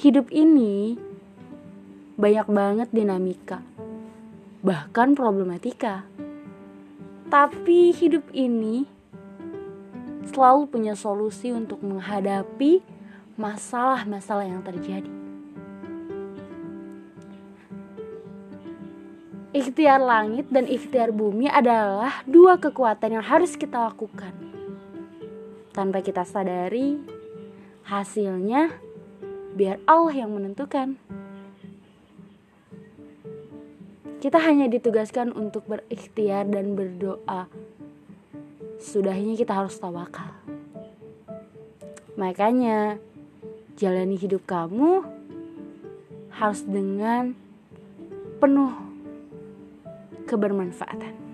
Hidup ini banyak banget dinamika, bahkan problematika. Tapi hidup ini selalu punya solusi untuk menghadapi masalah-masalah yang terjadi. Ikhtiar langit dan ikhtiar bumi adalah dua kekuatan yang harus kita lakukan. Tanpa kita sadari, hasilnya biar Allah yang menentukan. Kita hanya ditugaskan untuk berikhtiar dan berdoa. Sudahnya kita harus tawakal. Makanya, jalani hidup kamu harus dengan penuh kebermanfaatan.